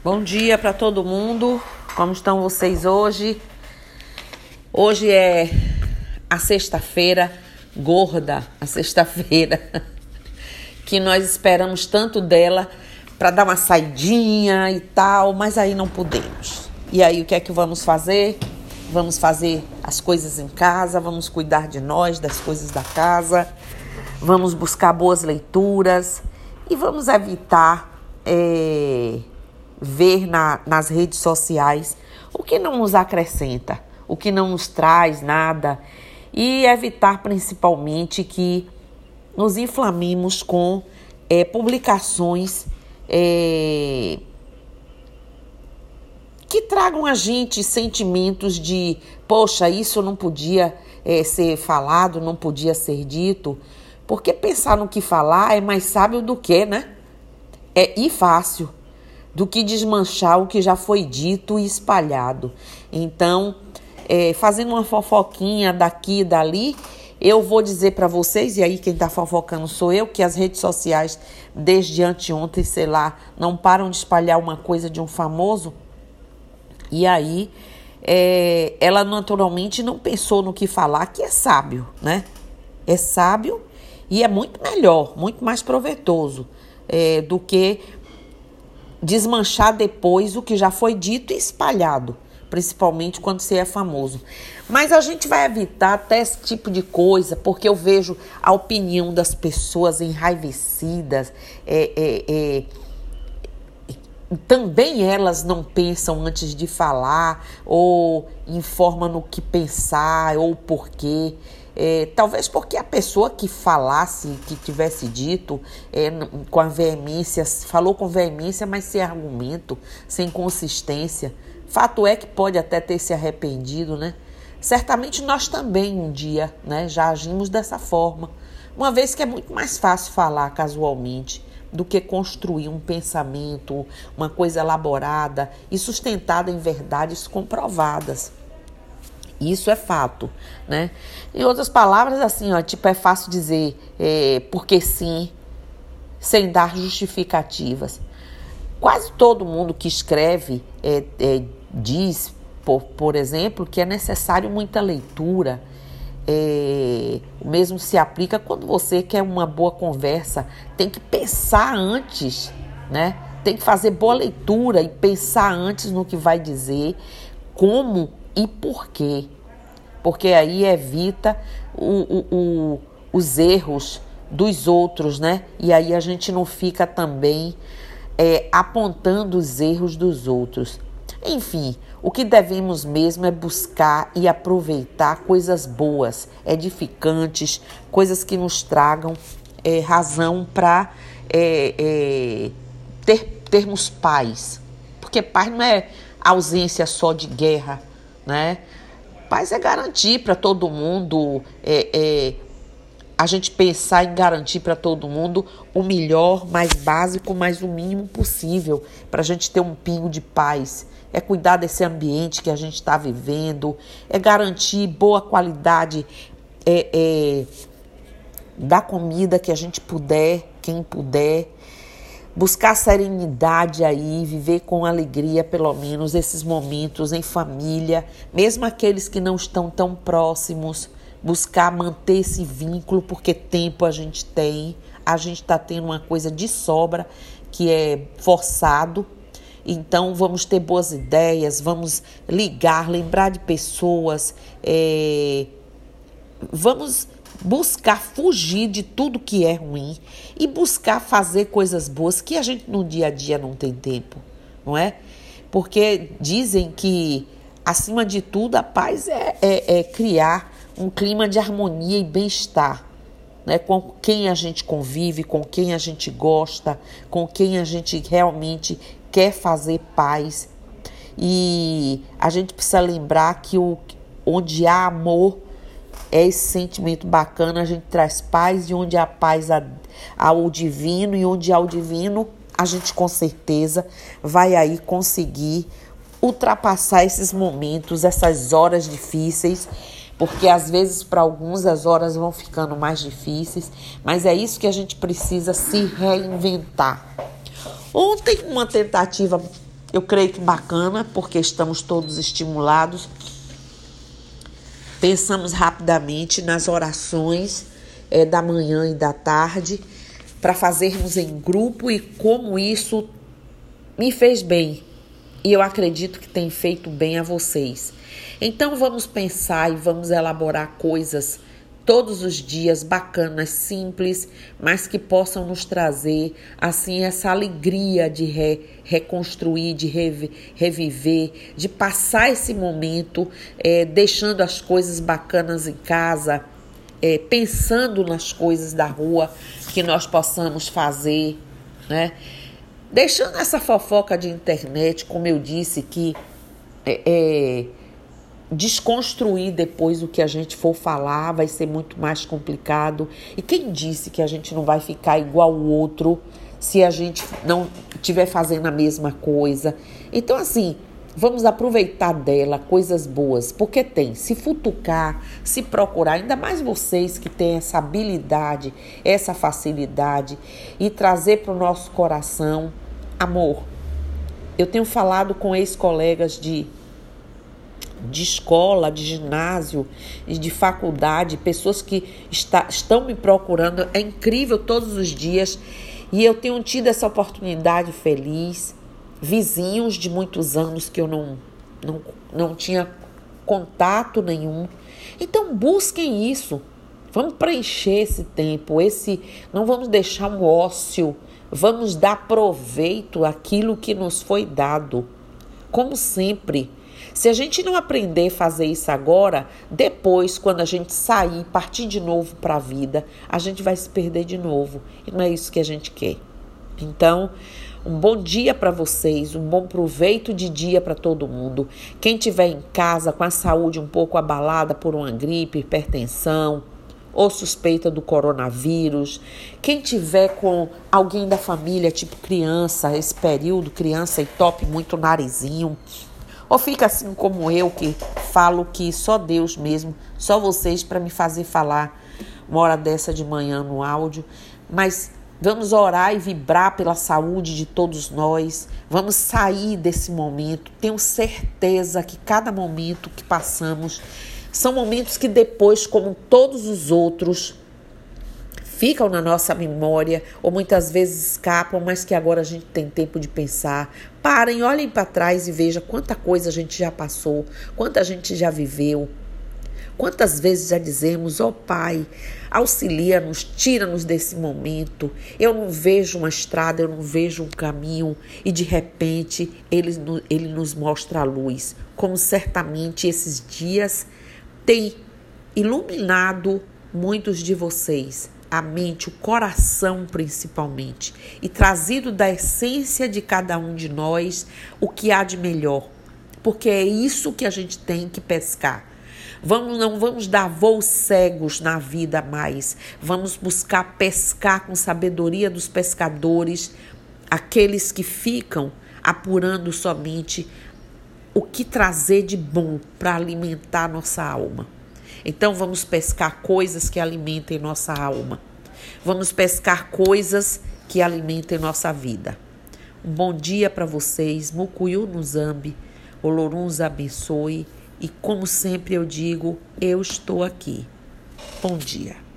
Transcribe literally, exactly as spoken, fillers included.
Bom dia para todo mundo. Como estão vocês hoje? Hoje é a sexta-feira gorda, a sexta-feira que nós esperamos tanto dela para dar uma saidinha e tal, mas aí não podemos. E aí o que é que vamos fazer? Vamos fazer as coisas em casa, vamos cuidar de nós, das coisas da casa, vamos buscar boas leituras e vamos evitar é, ver na, nas redes sociais o que não nos acrescenta, o que não nos traz nada e evitar principalmente que nos inflamemos com é, publicações é, que tragam a gente sentimentos de, poxa, isso não podia é, ser falado, não podia ser dito, porque pensar no que falar é mais sábio do que, né? É e fácil, do que desmanchar o que já foi dito e espalhado. Então, é, fazendo uma fofoquinha daqui e dali, eu vou dizer para vocês, e aí quem está fofocando sou eu, que as redes sociais, desde anteontem, sei lá, não param de espalhar uma coisa de um famoso. E aí, é, ela naturalmente não pensou no que falar, que é sábio, né? É sábio e é muito melhor, muito mais proveitoso é, do que desmanchar depois o que já foi dito e espalhado, principalmente quando você é famoso. Mas a gente vai evitar até esse tipo de coisa, porque eu vejo a opinião das pessoas enraivecidas, é, é, é, também elas não pensam antes de falar, ou informam no que pensar, ou porquê. É, talvez porque a pessoa que falasse, que tivesse dito é, com a veemência, falou com veemência, mas sem argumento, sem consistência. Fato é que pode até ter se arrependido, né? Certamente nós também um dia, né, já agimos dessa forma, uma vez que é muito mais fácil falar casualmente do que construir um pensamento, uma coisa elaborada e sustentada em verdades comprovadas. Isso é fato, né? Em outras palavras, assim, ó, tipo, é fácil dizer é, porque sim, sem dar justificativas. Quase todo mundo que escreve é, é, diz, por, por exemplo, que é necessário muita leitura. É, o mesmo se aplica quando você quer uma boa conversa, tem que pensar antes, né? Tem que fazer boa leitura e pensar antes no que vai dizer, como e por quê. Porque aí evita o, o, o, os erros dos outros, né? E aí a gente não fica também é, apontando os erros dos outros. Enfim, o que devemos mesmo é buscar e aproveitar coisas boas, edificantes, coisas que nos tragam é, razão para é, é, ter, termos paz. Porque paz não é ausência só de guerra, né? Paz é garantir para todo mundo, é, é, a gente pensar em garantir para todo mundo o melhor, mais básico, mas o mínimo possível, para a gente ter um pingo de paz. É cuidar desse ambiente que a gente está vivendo, é garantir boa qualidade é, é, da comida que a gente puder, quem puder. Buscar serenidade aí, viver com alegria, pelo menos, esses momentos em família, mesmo aqueles que não estão tão próximos, buscar manter esse vínculo, porque tempo a gente tem, a gente está tendo uma coisa de sobra, que é forçado, então vamos ter boas ideias, vamos ligar, lembrar de pessoas, é, vamos buscar fugir de tudo que é ruim e buscar fazer coisas boas que a gente no dia a dia não tem tempo, não é? Porque dizem que, acima de tudo, a paz é, é, é criar um clima de harmonia e bem-estar, né? Com quem a gente convive, com quem a gente gosta, com quem a gente realmente quer fazer paz. E a gente precisa lembrar que o, onde há amor, é esse sentimento bacana, a gente traz paz, e onde há paz há o divino, e onde há o divino, a gente com certeza vai aí conseguir ultrapassar esses momentos, essas horas difíceis, porque às vezes para alguns as horas vão ficando mais difíceis, mas é isso que a gente precisa se reinventar. Ontem, uma tentativa Eu creio que bacana, porque estamos todos estimulados. Pensamos rapidamente nas orações é, da manhã e da tarde para fazermos em grupo e como isso me fez bem. E eu acredito que tem feito bem a vocês. Então vamos pensar e vamos elaborar coisas todos os dias bacanas, simples, mas que possam nos trazer assim essa alegria de re, reconstruir, de rev, reviver, de passar esse momento é, deixando as coisas bacanas em casa, é, pensando nas coisas da rua que nós possamos fazer, né? Deixando essa fofoca de internet, como eu disse, que é, é desconstruir depois o que a gente for falar vai ser muito mais complicado. E quem disse que a gente não vai ficar igual o outro se a gente não estiver fazendo a mesma coisa? Então, assim, vamos aproveitar dela coisas boas, porque tem. Se futucar, se procurar, ainda mais vocês que têm essa habilidade, essa facilidade, e trazer para o nosso coração amor. Eu tenho falado com ex-colegas de de escola, de ginásio e de faculdade, pessoas que está, estão me procurando, é incrível todos os dias, e eu tenho tido essa oportunidade feliz, vizinhos de muitos anos que eu não, não, não tinha contato nenhum. Então busquem isso, vamos preencher esse tempo, esse, não vamos deixar um ócio, vamos dar proveito àquilo que nos foi dado, como sempre. Se a gente não aprender a fazer isso agora, depois, quando a gente sair, partir de novo para a vida, a gente vai se perder de novo. E não é isso que a gente quer. Então, um bom dia para vocês, um bom proveito de dia para todo mundo. Quem estiver em casa com a saúde um pouco abalada por uma gripe, hipertensão ou suspeita do coronavírus, quem tiver com alguém da família, tipo criança, esse período, criança e tope muito o narizinho, ou fica assim como eu, que falo que só Deus mesmo, só vocês para me fazer falar uma hora dessa de manhã no áudio. Mas vamos orar e vibrar pela saúde de todos nós. Vamos sair desse momento. Tenho certeza que cada momento que passamos são momentos que depois, como todos os outros, ficam na nossa memória ou muitas vezes escapam, mas que agora a gente tem tempo de pensar. Parem, olhem para trás e vejam quanta coisa a gente já passou, quanta gente já viveu. Quantas vezes já dizemos, ó Pai, auxilia-nos, tira-nos desse momento. Eu não vejo uma estrada, eu não vejo um caminho e de repente ele, ele nos mostra a luz. Como certamente esses dias têm iluminado muitos de vocês. A mente, o coração principalmente, e trazido da essência de cada um de nós o que há de melhor, porque é isso que a gente tem que pescar. Vamos, não vamos dar voos cegos na vida mais, vamos buscar pescar com sabedoria dos pescadores, aqueles que ficam apurando somente o que trazer de bom para alimentar nossa alma. Então vamos pescar coisas que alimentem nossa alma. Vamos pescar coisas que alimentem nossa vida. Um bom dia para vocês. Mukuyu no Zambi. Olorum os abençoe. E como sempre eu digo, eu estou aqui. Bom dia.